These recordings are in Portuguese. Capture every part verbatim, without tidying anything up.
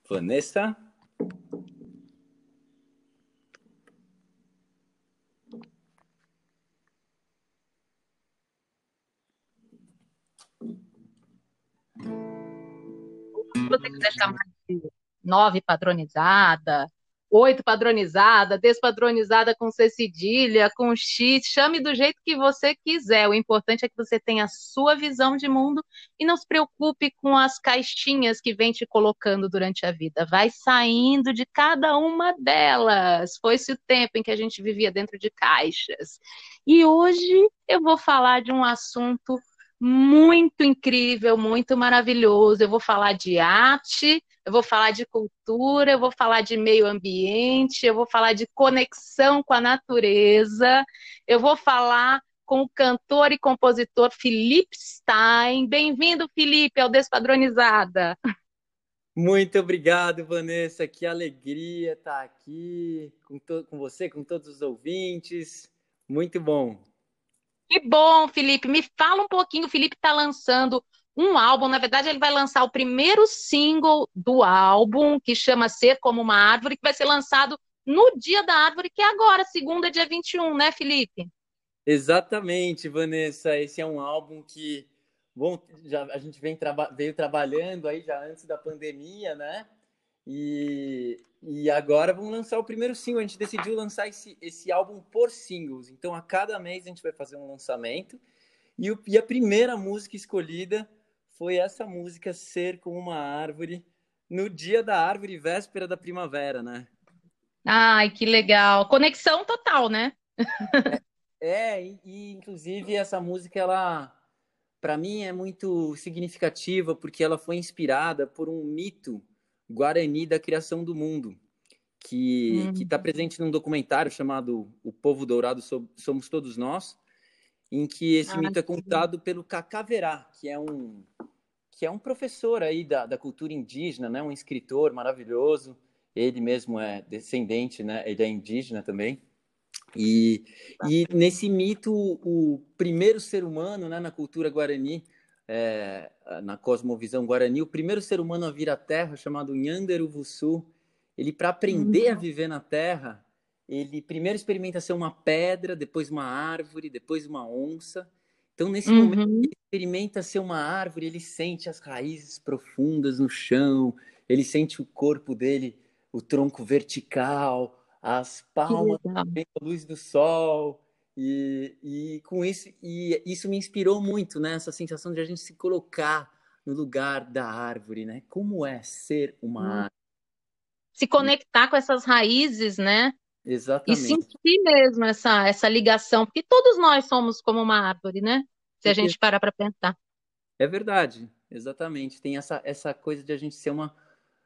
Vanessa? Se você quiser chamar de nove padronizada, oito padronizada, despadronizada com C cedilha, com X, chame do jeito que você quiser. O importante é que você tenha a sua visão de mundo e não se preocupe com as caixinhas que vem te colocando durante a vida. Vai saindo de cada uma delas. Foi-se o tempo em que a gente vivia dentro de caixas. E hoje eu vou falar de um assunto muito incrível, muito maravilhoso. Eu vou falar de arte, eu vou falar de cultura, eu vou falar de meio ambiente, eu vou falar de conexão com a natureza, eu vou falar com o cantor e compositor Felipe Stein. Bem-vindo, Felipe, ao Despadronizada. Muito obrigado, Vanessa. Que alegria estar aqui com, to- com você, com todos os ouvintes. Muito bom. Que bom, Felipe. Me fala um pouquinho. O Felipe está lançando um álbum. Na verdade, ele vai lançar o primeiro single do álbum, que chama Ser Como uma Árvore, que vai ser lançado no Dia da Árvore, que é agora, segunda, dia vinte e um, né, Felipe? Exatamente, Vanessa. Esse é um álbum que, bom, já, a gente vem traba- veio trabalhando aí já antes da pandemia, né? E, e agora vamos lançar o primeiro single. A gente decidiu lançar esse, esse álbum por singles. Então, a cada mês a gente vai fazer um lançamento. E, o, e a primeira música escolhida foi essa música Ser Como uma Árvore, no dia da árvore, véspera da primavera, né? Ai, que legal. Conexão total, né? É, e, e inclusive essa música, ela, para mim, é muito significativa porque ela foi inspirada por um mito guarani da criação do mundo, que que Hum, está presente num documentário chamado O Povo Dourado Somos Todos Nós, em que esse ai, mito é contado pelo Cacaverá, que é um que é um professor aí da, da cultura indígena, né? Um escritor maravilhoso. Ele mesmo é descendente, né? Ele é indígena também. E, e nesse mito, o primeiro ser humano, né, na cultura guarani, é, na cosmovisão guarani, o primeiro ser humano a vir à Terra, chamado Nhanderuvuçu, ele, para aprender a hum, viver na Terra, ele primeiro experimenta ser uma pedra, depois uma árvore, depois uma onça. Então, nesse momento, uhum, ele experimenta ser uma árvore, ele sente as raízes profundas no chão, ele sente o corpo dele, o tronco vertical, as que palmas legal. a luz do sol. E, e com isso, e isso me inspirou muito, né? Essa sensação de a gente se colocar no lugar da árvore, né? Como é ser uma árvore? Se conectar com essas raízes, né? E Exatamente. sentir mesmo essa, essa ligação, porque todos nós somos como uma árvore, né? Se a E- gente parar para pensar. É verdade, exatamente. Tem essa, essa coisa de a gente ser uma.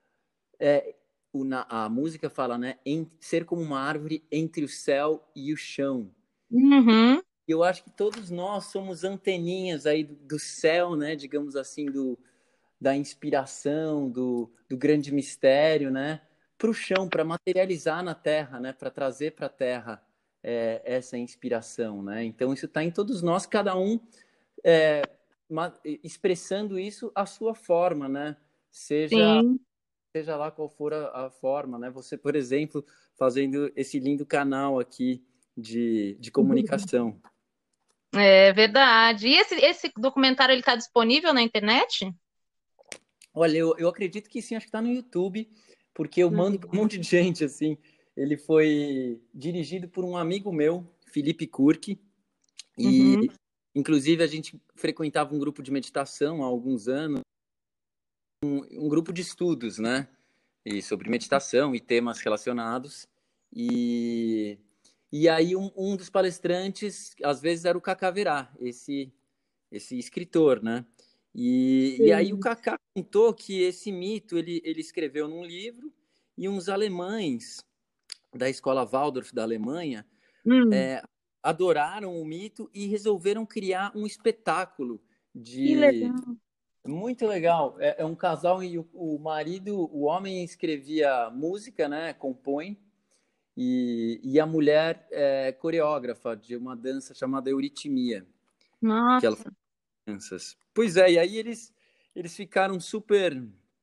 É, o, na, a música fala, né? Em, ser como uma árvore entre o céu e o chão. Uhum, Eu acho que todos nós somos anteninhas aí do, do céu, né? Digamos assim, do, da inspiração, do, do grande mistério, né? Para o chão, para materializar na Terra, né? Para trazer para a Terra é, essa inspiração, né? Então isso está em todos nós, cada um é, expressando isso à sua forma, né? Seja sim, seja lá qual for a, a forma, né? Você, por exemplo, fazendo esse lindo canal aqui de, de comunicação. é verdade. E esse, esse documentário ele está disponível na internet? Olha, eu, eu acredito que sim, acho que está no YouTube, porque eu mando para um monte de gente, assim. Ele foi dirigido por um amigo meu, Felipe Kurk, e Uhum. inclusive a gente frequentava um grupo de meditação há alguns anos, um grupo de estudos, né? E sobre meditação e temas relacionados. E, e aí um, um dos palestrantes, às vezes, era o Cacaverá, esse, esse escritor, né? E, e aí o Sim. Kaká contou que esse mito ele, ele escreveu num livro e uns alemães da escola Waldorf da Alemanha Hum, é, adoraram o mito e resolveram criar um espetáculo que de legal. muito legal. É, é um casal e o, o marido, o homem escrevia música, né? Compõe e, e a mulher é coreógrafa de uma dança chamada Euritmia, que ela Nossa. danças. Pois é, e aí eles, eles ficaram super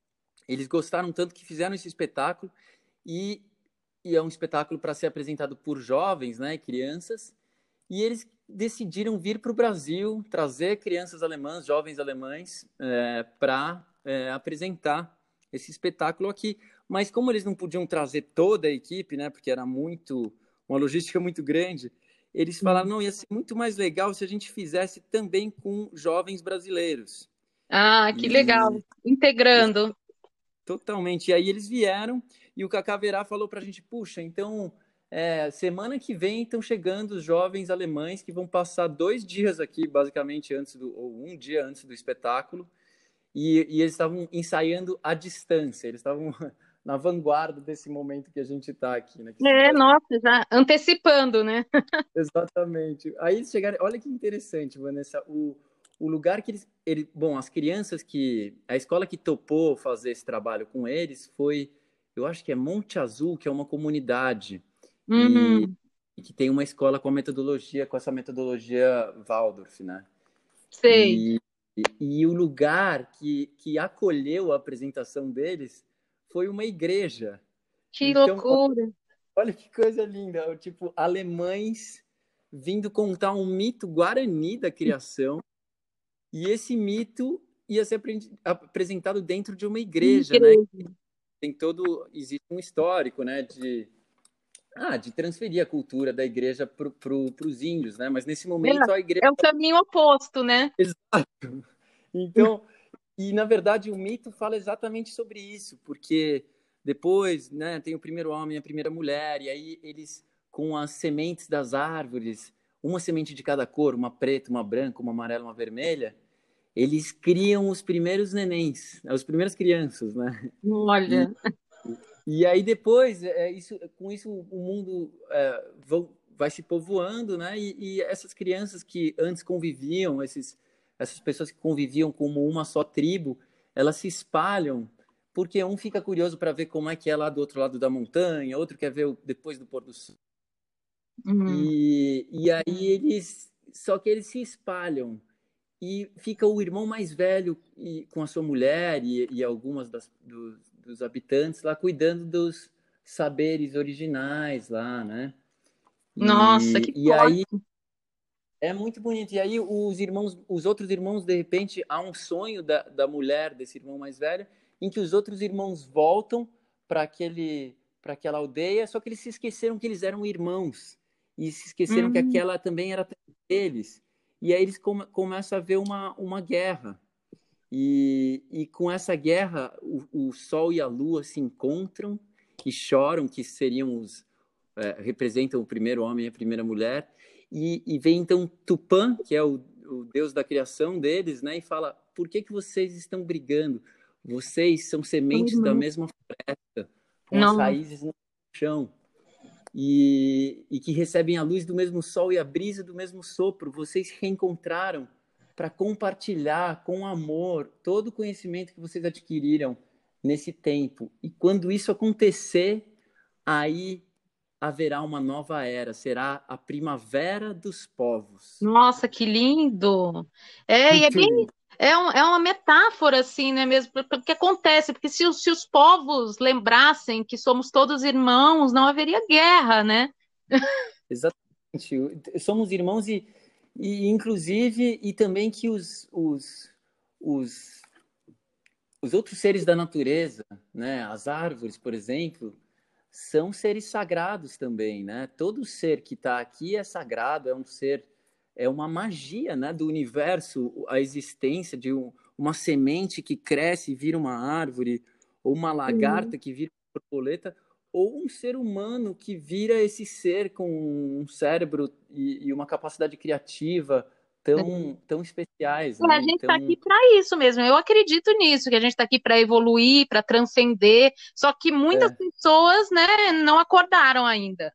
Eles gostaram tanto que fizeram esse espetáculo e, e é um espetáculo para ser apresentado por jovens, né, crianças, e eles decidiram vir para o Brasil, trazer crianças alemãs, jovens alemães, é, para é, apresentar esse espetáculo aqui. Mas como eles não podiam trazer toda a equipe, né, porque era muito uma logística muito grande, eles falaram, não, ia ser muito mais legal se a gente fizesse também com jovens brasileiros. Ah, que legal. E Integrando. totalmente. E aí eles vieram e o Cacá Verá falou para a gente, puxa, então é, semana que vem estão chegando os jovens alemães que vão passar dois dias aqui, basicamente, antes do, ou um dia antes do espetáculo, e, e eles estavam ensaiando à distância, eles estavam na vanguarda desse momento que a gente está aqui, né? Que se É, faz... nossa, já antecipando, né? Exatamente. Aí eles chegaram, olha que interessante, Vanessa, o, o lugar que eles, ele, bom, as crianças que, a escola que topou fazer esse trabalho com eles foi, eu acho que é Monte Azul, que é uma comunidade, e, Hum, e que tem uma escola com a metodologia, com essa metodologia Waldorf, né? sei. E, e, e o lugar que, que acolheu a apresentação deles foi uma igreja. Que Então, loucura. olha que coisa linda, tipo, alemães vindo contar um mito guarani da criação, e esse mito ia ser apresentado dentro de uma igreja, né? Incrível. Tem todo, existe um histórico, né, de, ah, de transferir a cultura da igreja para pro, os índios, né? Mas nesse momento a igreja... É, é o caminho oposto, né? Exato. Então, e na verdade o mito fala exatamente sobre isso, porque depois, né, tem o primeiro homem e a primeira mulher, e aí eles, com as sementes das árvores, uma semente de cada cor, uma preta, uma branca, uma amarela, uma vermelha, eles criam os primeiros nenéns, as primeiras crianças, né? E, Olha, e aí depois, é, isso, com isso o mundo é, vão, vai se povoando, né? E, e essas crianças que antes conviviam, esses, essas pessoas que conviviam como uma só tribo, elas se espalham, porque um fica curioso para ver como é que é lá do outro lado da montanha, outro quer ver o, depois do pôr do sol. hum, E, e aí eles, só que eles se espalham e fica o irmão mais velho e, com a sua mulher e, e algumas das, dos, dos habitantes lá cuidando dos saberes originais lá, né? nossa, E, que e forte. aí é muito bonito. E aí os irmãos, os outros irmãos, de repente, há um sonho da, da mulher, desse irmão mais velho, em que os outros irmãos voltam para aquele, para aquela aldeia, só que eles se esqueceram que eles eram irmãos e se esqueceram que Hum, aquela também era terra deles. E aí eles come, começam a ver uma, uma guerra. E, e com essa guerra, o, o Sol e a Lua se encontram e choram, que seriam os, é, representam o primeiro homem e a primeira mulher, e, e vem então Tupã, que é o, o deus da criação deles, né, e fala, por que, que vocês estão brigando? Vocês são são sementes da irmãos. mesma floresta, com as Nossa, raízes no chão, e, e que recebem a luz do mesmo sol e a brisa do mesmo sopro. Vocês se reencontraram para compartilhar com amor todo o conhecimento que vocês adquiriram nesse tempo. E quando isso acontecer, aí haverá uma nova era, será a primavera dos povos. nossa, que lindo. É, e é Muito bem, lindo. é, um- é uma metáfora, assim, né, mesmo, porque acontece, porque se, os- se os povos lembrassem que somos todos irmãos, não haveria guerra, né? Exatamente. Somos irmãos e, e inclusive, e também que os, os, os, os outros seres da natureza, né, as árvores, por exemplo, são seres sagrados também, né? Todo ser que está aqui é sagrado, é um ser, é uma magia, né, do universo, a existência de um, uma semente que cresce e vira uma árvore, ou uma Sim. lagarta que vira uma borboleta, ou um ser humano que vira esse ser com um cérebro e, e uma capacidade criativa tão, tão especiais, É, a né? gente está Então, aqui para isso mesmo. Eu acredito nisso, que a gente está aqui para evoluir, para transcender. Só que muitas é, pessoas, né, não acordaram ainda.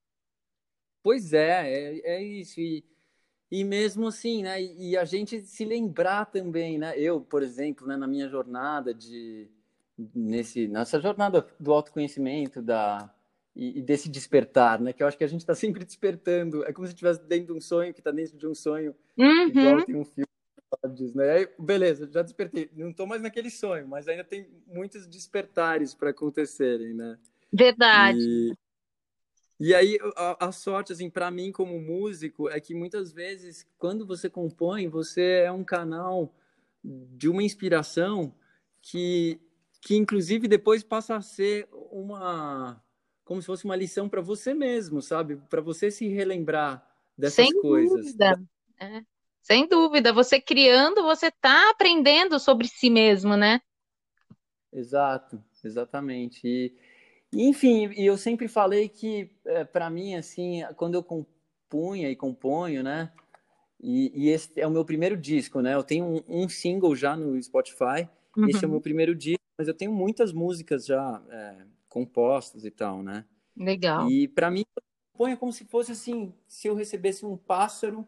pois é, é, é isso. E, E mesmo assim, né? E a gente se lembrar também, né? Eu, por exemplo, né, na minha jornada de nesse nessa jornada do autoconhecimento da e, e desse despertar, né? Que eu acho que a gente está sempre despertando. É como se estivesse dentro de um sonho que está dentro de um sonho, igual Uhum. tem um filme. falar disso, né? Aí, beleza, já despertei. Não estou mais naquele sonho, mas ainda tem muitos despertares para acontecerem, né? Verdade. E, e aí, a, a sorte, assim, para mim, como músico, é que muitas vezes, quando você compõe, você é um canal de uma inspiração que, que inclusive, depois passa a ser uma... como se fosse uma lição para você mesmo, sabe? Para você se relembrar Sem dessas coisas. dúvida. É. Sem dúvida. Você criando, você está aprendendo sobre si mesmo, né? Exato, exatamente. E, e, enfim, e eu sempre falei que, é, para mim, assim, quando eu compunha e componho, né? E, e esse é o meu primeiro disco, né? Eu tenho um, um single já no Spotify, esse é o meu Uhum. primeiro disco, mas eu tenho muitas músicas já é, compostas e tal, né? Legal. E para mim, componho como se fosse assim, se eu recebesse um pássaro,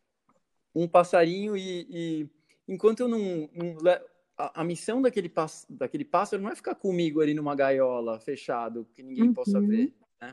um passarinho e, e enquanto eu não, não a, a, missão daquele, daquele pássaro não é ficar comigo ali numa gaiola fechado que ninguém possa Uhum. ver, né?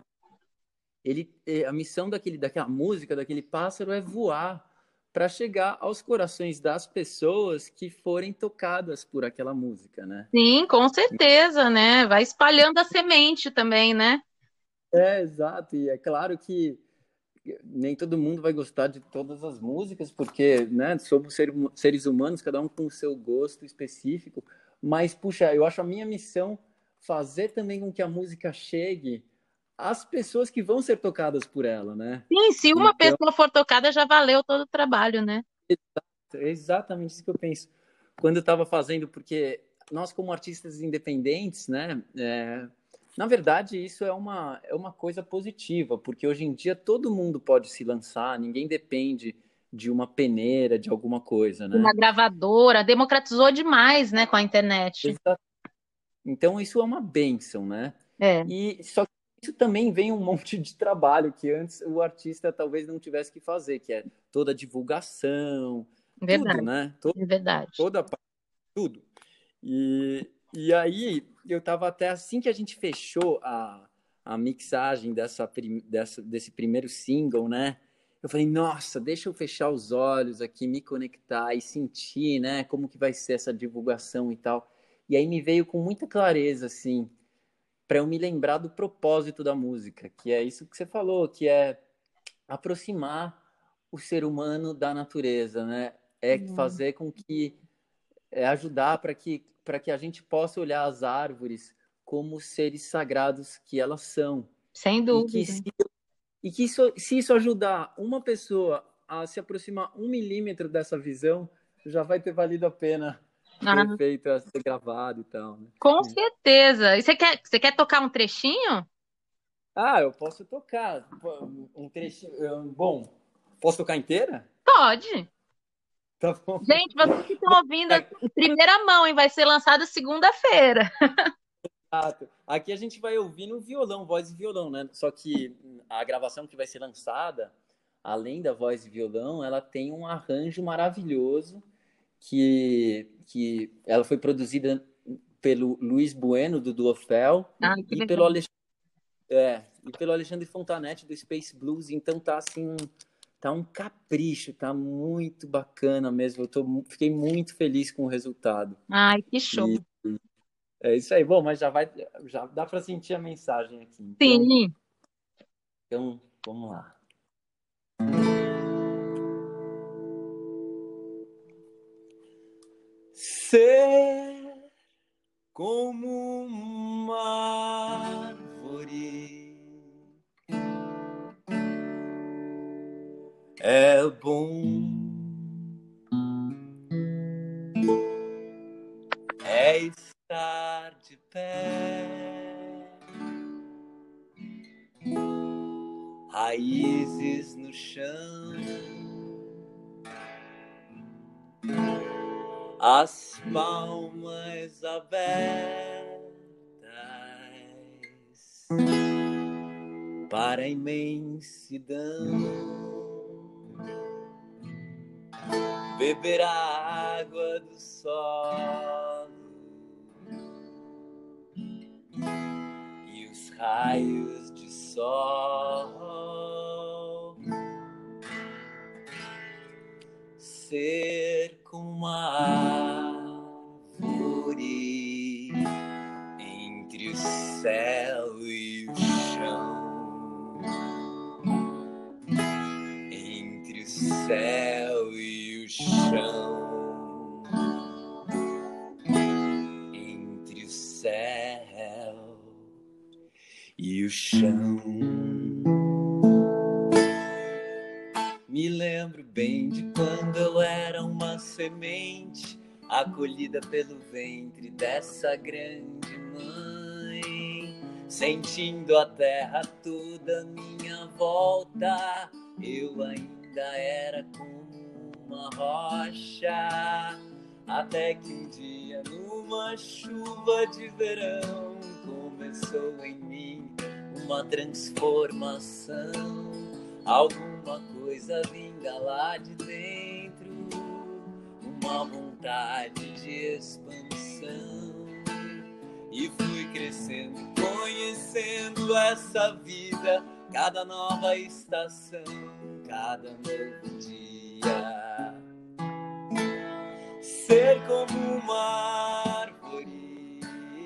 Ele, a missão daquele, daquela música, daquele pássaro é voar para chegar aos corações das pessoas que forem tocadas por aquela música, né? Sim, com certeza, né? Vai espalhando a semente também, né? É, exato. E é claro que nem todo mundo vai gostar de todas as músicas, porque, né, somos seres humanos, cada um com o seu gosto específico. Mas, puxa, eu acho a minha missão fazer também com que a música chegue às pessoas que vão ser tocadas por ela, né? Sim, se uma Então, pessoa for tocada, já valeu todo o trabalho, né? é exatamente isso que eu penso. Quando eu estava fazendo, porque nós, como artistas independentes, né, é, na verdade, isso é uma, é uma coisa positiva, porque hoje em dia todo mundo pode se lançar, ninguém depende de uma peneira, de alguma coisa, Uma né? gravadora, democratizou demais, né, com a internet. Exa- Então, isso é uma bênção, né? É, E só que isso também vem um monte de trabalho que antes o artista talvez não tivesse que fazer, que é toda a divulgação, tudo, verdade, né? Todo, é verdade. toda a parte, tudo. E, e aí, eu tava até assim que a gente fechou a, a mixagem dessa, dessa, desse primeiro single, né? Eu falei, nossa, deixa eu fechar os olhos aqui, me conectar e sentir, né? Como que vai ser essa divulgação e tal. E aí me veio com muita clareza, assim, para eu me lembrar do propósito da música, que é isso que você falou, que é aproximar o ser humano da natureza, né? É Hum, fazer com que é ajudar para que, para que a gente possa olhar as árvores como seres sagrados que elas são. sem E que, dúvida. se, e que isso, se isso ajudar uma pessoa a se aproximar um milímetro dessa visão, já vai ter valido a pena ter Ah, feito, ter gravado e tal. Né? com certeza. E você quer, você quer tocar um trechinho? Ah, eu posso tocar um trechinho. Bom, posso tocar inteira? Pode. Tá bom. Gente, vocês que Bom, estão ouvindo em primeira mão, hein? Vai ser lançado segunda-feira. exato. Aqui a gente vai ouvir no violão, voz e violão, né? Só que a gravação que vai ser lançada, além da voz e violão, ela tem um arranjo maravilhoso que, que ela foi produzida pelo Luiz Bueno, do Duofel, Ah, que e legal. pelo, Alex, é, e pelo Alexandre Fontanetti, do Space Blues. Então tá assim, um, tá um capricho, tá muito bacana mesmo. Eu tô, fiquei muito feliz com o resultado. Ai, que show. E é isso aí. Bom, mas já vai, já dá para sentir a mensagem aqui. Então, Sim. então vamos lá. Ser como uma árvore é bom, é estar de pé, raízes no chão, as palmas abertas para a imensidão, beber a água do sol e os raios de sol, ser como céu e o chão, entre o céu e o chão. Me lembro bem de quando eu era uma semente acolhida pelo ventre dessa grande mãe, sentindo a terra toda à minha volta. Eu ainda era como uma rocha, até que um dia, numa chuva de verão, começou em mim uma transformação. Alguma coisa vinda lá de dentro, uma vontade de expansão. E fui crescendo, conhecendo essa vida, cada nova estação, cada novo dia. Ser como uma árvore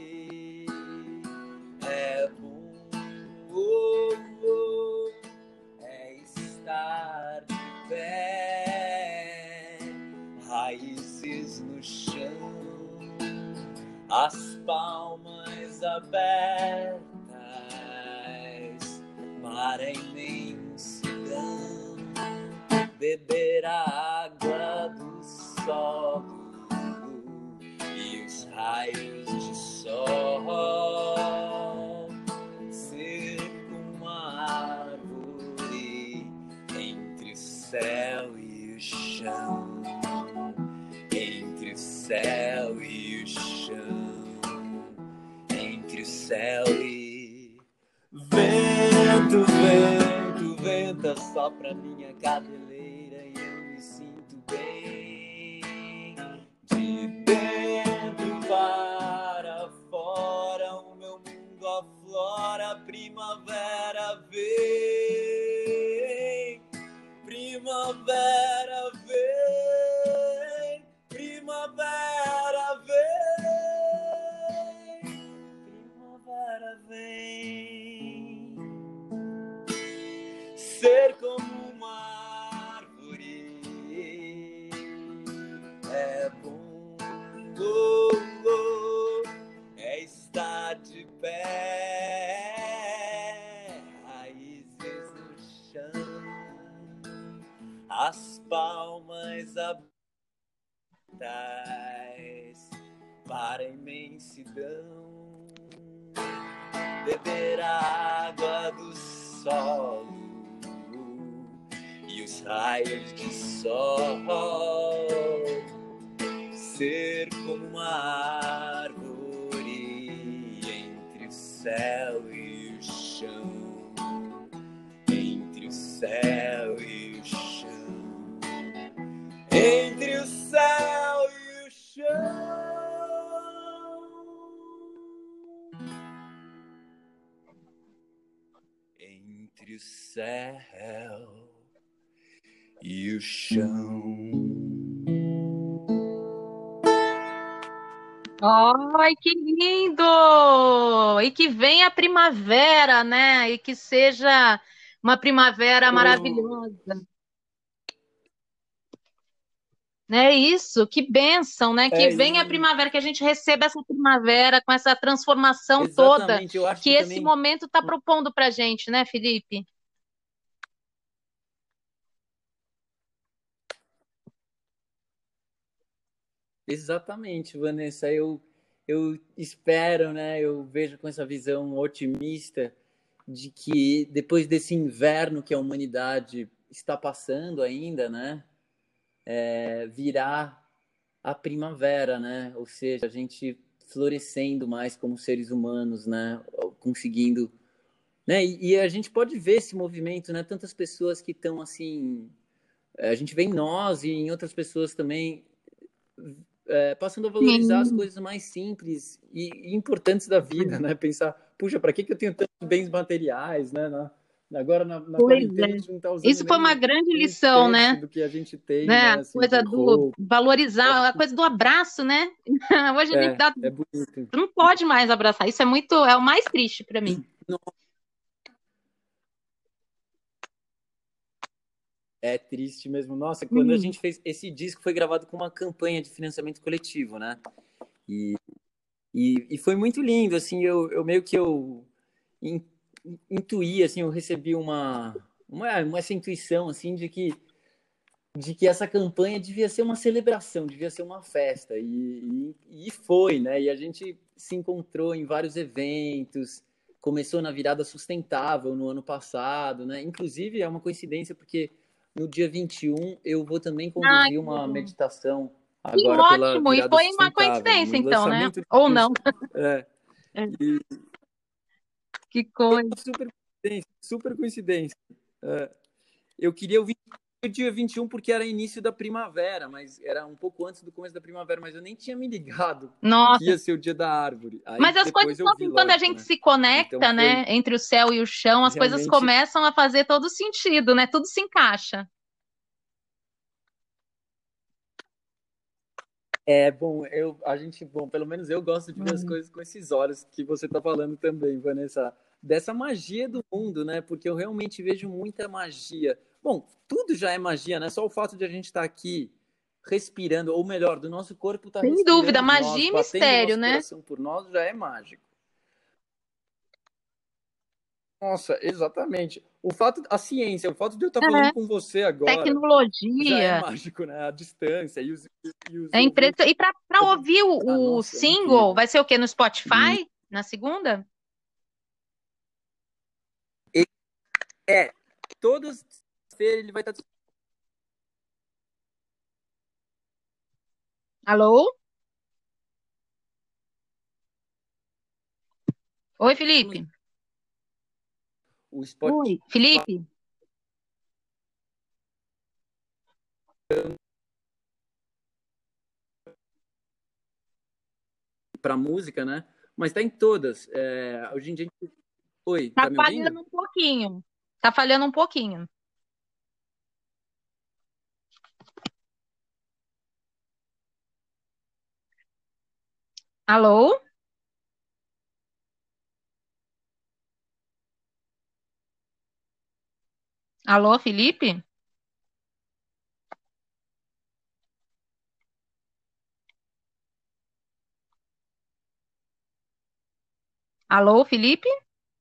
é bom, oh, oh, é estar de pé, raízes no chão, as palmas abertas para a imensidão, beber a água do solo e os raios de sol, ser uma árvore entre o céu e o chão, entre o céu e o chão, entre o céu e vento, vento, venta só pra minha cabeleira e eu me sinto bem. De dentro para fora o meu mundo aflora, primavera vem, primavera vem, primavera vem, primavera vem. Ser como uma árvore é bom, oh, oh, é estar de pé, raízes no chão, as palmas abertas para a imensidão, beber a água do solo e os raios de sol, ser como uma árvore entre o céu e o chão, entre o céu e o chão, entre o céu e o chão. Entre o céu e o chão. Ai, que lindo! E que venha a primavera, né? E que seja uma primavera maravilhosa. É isso, que bênção, né? Que É, venha a e... primavera, que a gente receba essa primavera com essa transformação toda Exatamente, eu acho que que esse também... momento está propondo para a gente, né, Felipe? Exatamente, Vanessa. Eu, eu espero, né? Eu vejo com essa visão otimista de que depois desse inverno que a humanidade está passando ainda, né? É, virá a primavera, né? Ou seja, a gente florescendo mais como seres humanos, né? Conseguindo, né? E, e a gente pode ver esse movimento, né? Tantas pessoas que estão assim, a gente vê em nós e em outras pessoas também, é, passando a valorizar as Sim. coisas mais simples e, e importantes da vida, né? Pensar, puxa, para que, que eu tenho tantos bens materiais, né? Na, agora na, na Pois quarentena a é. gente não está usando Isso foi uma nem grande um lição, terço né? do que a gente tem, Né? né? A Assim, coisa de do roupa. valorizar, a coisa do abraço, né? Hoje a gente É, dá, é bonito. não pode mais abraçar. Isso é muito, é o mais triste para mim. É triste mesmo. Nossa, quando a Hum. gente fez esse disco foi gravado com uma campanha de financiamento coletivo, né? E, e, e foi muito lindo, assim, eu, eu meio que eu in, intuí, assim, eu recebi uma, uma, uma essa intuição, assim, de que de que essa campanha devia ser uma celebração, devia ser uma festa, e, e, e foi, né? E a gente se encontrou em vários eventos, começou na virada sustentável no ano passado, né? Inclusive é uma coincidência porque no dia vinte e um eu vou também Ai, conduzir que uma legal. meditação Que agora pela ótimo! E virada foi uma sustentável, coincidência, no então, né? lançamento Ou do não? curso. É, É, e que coisa. super coincidência, super coincidência. É, eu queria ouvir o dia vinte e um porque era início da primavera, mas era um pouco antes do começo da primavera, mas eu nem tinha me ligado que Nossa. ia ser o dia da árvore. Aí Mas as coisas depois eu são vi, assim, quando a lógico, gente né? se Então conecta, foi né, entre o céu e o chão, as coisas realmente. começam a fazer todo sentido, né? Tudo se encaixa. É bom, eu, a gente, bom, pelo menos eu gosto de ver as Hum. coisas com esses olhos que você está falando também, Vanessa, dessa magia do mundo, né? Porque eu realmente vejo muita magia. Bom, tudo já é magia, né? Só o fato de a gente estar aqui respirando, ou melhor, do nosso corpo estar Sem dúvida, respirando de magia nós, e batendo o mistério, nosso né? coração por nós, já é mágico. Nossa, exatamente. O fato, a ciência, o fato de eu estar falando É. com você agora já é Tecnologia. mágico, né? A distância e os, e os É ouvintes. impressionante. E para ouvir Ah, o, o nossa, é single, incrível. vai ser o quê? No E Spotify? Na segunda? é, todas as feiras ele vai estar. Alô? Oi, Felipe. O Spotify Oi. Felipe? para música, né? Mas tá em todas. É, hoje em dia. Oi, Tá tá me ouvindo? falhando um pouquinho. Tá falhando um pouquinho. Alô? Alô, Felipe? Alô, Felipe?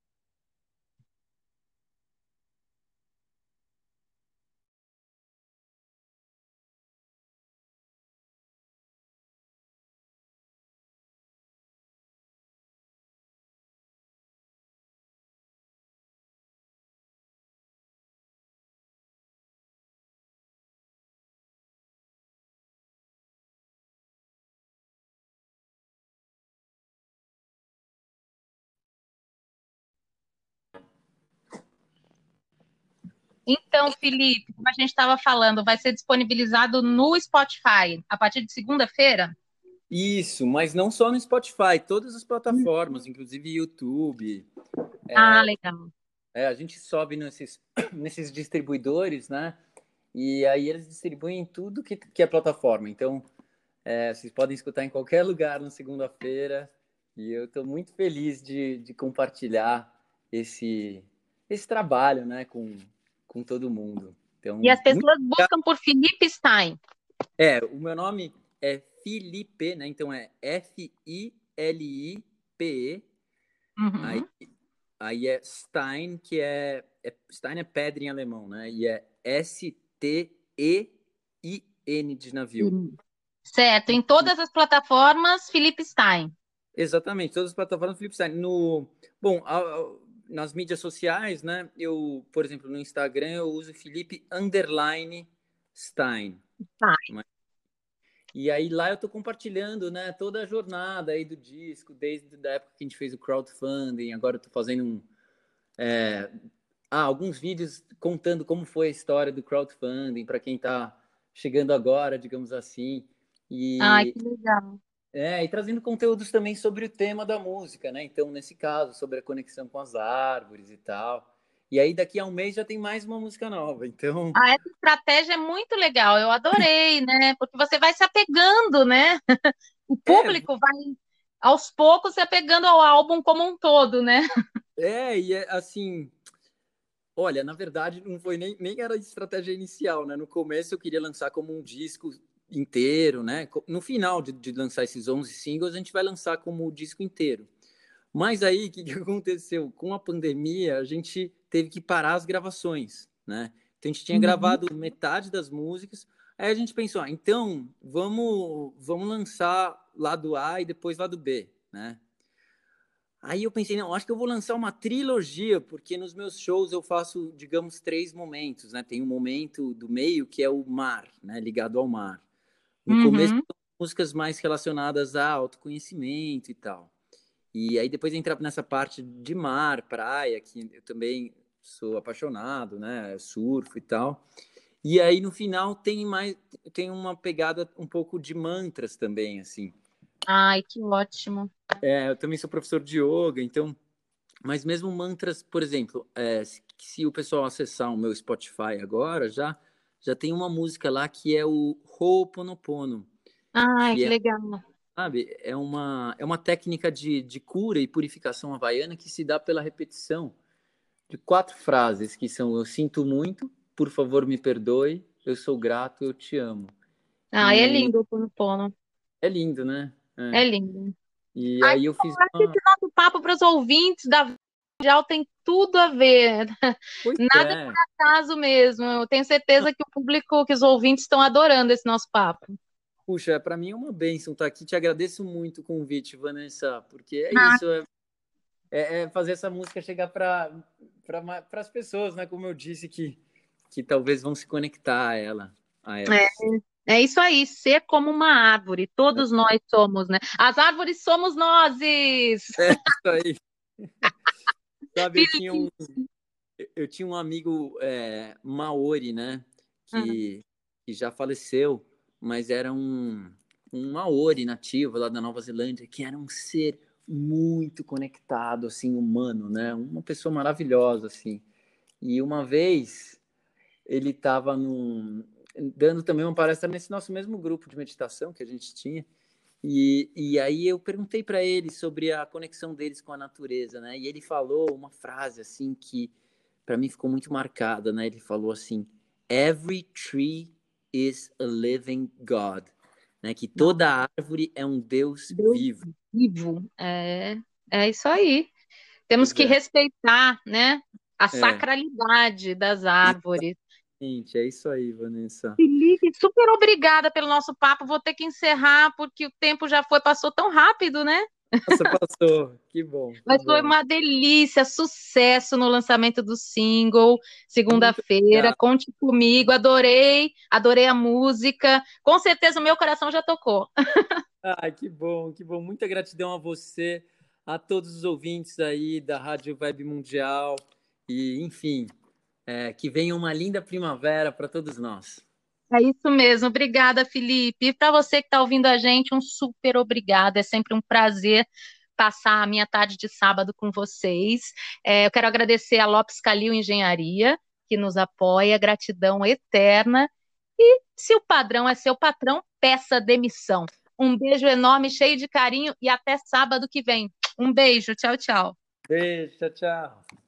Então, Felipe, como a gente estava falando, vai ser disponibilizado no Spotify a partir de segunda-feira? Isso, mas não só no Spotify, todas as Hum. plataformas, inclusive YouTube. Ah, legal. É, a gente sobe nesses, nesses distribuidores, né? E aí eles distribuem tudo que, que é plataforma. Então, é, vocês podem escutar em qualquer lugar na segunda-feira. E eu estou muito feliz de, de compartilhar esse, esse trabalho, né, com, com todo mundo. E Então, as muito pessoas obrigado. buscam por Felipe Stein. É, o meu nome é Felipe, né? Então é F I L I P E. Aí, Uhum. aí é Stein, que é, é Stein é pedra em alemão, né? E é S T E I N de navio. Sim. Certo, em todas as plataformas, Felipe Stein. Exatamente, todas as plataformas do Flipside. No, bom, a- a- nas mídias sociais, né? Eu, por exemplo, no Instagram eu uso Felipe underline Stein. Tá. Mas- E aí lá eu tô compartilhando, né, toda a jornada aí do disco, desde a época que a gente fez o crowdfunding, agora eu tô fazendo um, é, ah, alguns vídeos contando como foi a história do crowdfunding para quem tá chegando agora, digamos assim. Ai, E que legal. É, e trazendo conteúdos também sobre o tema da música, né? Então, nesse caso, sobre a conexão com as árvores e tal. E aí, daqui a um mês já tem mais uma música nova. Então, Ah, essa estratégia é muito legal, eu adorei, né? Porque você vai se apegando, né? O é, público vai aos poucos se apegando ao álbum como um todo, né? é, e é assim, Olha, na verdade, não foi nem, nem era a estratégia inicial, né? No começo eu queria lançar como um disco inteiro, né? No final de, de lançar esses onze singles, a gente vai lançar como o disco inteiro. Mas aí, o que, que aconteceu? Com a pandemia, a gente teve que parar as gravações, né? Então, a gente tinha Uhum. gravado metade das músicas, aí a gente pensou, ah, então, vamos, vamos lançar lado A e depois lado B, né? Aí eu pensei, não, acho que eu vou lançar uma trilogia, porque nos meus shows eu faço, digamos, três momentos, né? Tem um momento do meio que é o mar, né? Ligado ao mar. No começo, Uhum. músicas mais relacionadas a autoconhecimento e tal. E aí depois entra nessa parte de mar, praia, que eu também sou apaixonado, né? Surfo e tal. E aí no final tem mais, tem uma pegada um pouco de mantras também, assim. Ai, que ótimo. É, eu também sou professor de yoga, então, mas mesmo mantras, por exemplo, é, se, se o pessoal acessar o meu Spotify agora, já já tem uma música lá que é o Ho'oponopono, Ai, que que é, legal. sabe, é uma é uma técnica de, de cura e purificação havaiana que se dá pela repetição de quatro frases que são: eu sinto muito, por favor me perdoe, eu sou grato, eu te amo. Ai, é E lindo o Pono. é lindo, né? É É. lindo. E Ai, aí eu fiz acho que uma. esse nosso papo para os ouvintes da Mundial tem tudo a ver. Pois Nada é por é. acaso mesmo. Eu tenho certeza que o público, que os ouvintes estão adorando esse nosso papo. Puxa, para mim é uma bênção estar aqui. Te agradeço muito o convite, Vanessa, porque é Ah, isso, é, é é fazer essa música chegar para para as pessoas, né? Como eu disse, que, que talvez vão se conectar a ela, a é, elas. é isso aí, ser como uma árvore. Todos nós somos, né? As árvores somos nozes. É isso aí. Sabe, eu tinha um, Felipe. eu tinha um amigo é, maori, né? Ah, Que, que já faleceu, mas era um, um maori nativo lá da Nova Zelândia, que era um ser muito conectado, assim, humano, né? Uma pessoa maravilhosa, assim. E uma vez ele estava num, dando também uma palestra nesse nosso mesmo grupo de meditação que a gente tinha. E, e aí eu perguntei para ele sobre a conexão deles com a natureza, né? E ele falou uma frase assim que para mim ficou muito marcada, né? Ele falou assim: "Every tree is a living God", né? Que não, toda árvore é um Deus Deus vivo. vivo. É, é isso aí. Temos Pois que é, respeitar, né, a é, sacralidade das árvores. exatamente, é isso aí, Vanessa. Felipe, super obrigada pelo nosso papo. Vou ter que encerrar porque o tempo já foi, passou tão rápido, né? Nossa, passou. Que bom, que Mas foi bom. uma delícia, sucesso no lançamento do single, Muito segunda-feira. obrigado. Conte comigo, adorei, adorei a música. Com certeza o meu coração já tocou. Ai, que bom, que bom. Muita gratidão a você, a todos os ouvintes aí da Rádio Web Mundial. E, enfim, é, que venha uma linda primavera para todos nós. É isso mesmo, obrigada, Felipe. E para você que está ouvindo a gente, um super obrigada. É sempre um prazer passar a minha tarde de sábado com vocês. É, eu quero agradecer a Lopes Calil Engenharia, que nos apoia, gratidão eterna. E se o padrão é seu patrão, peça demissão. Um beijo enorme, cheio de carinho e até sábado que vem. Um beijo, tchau, tchau. Beijo, tchau, tchau.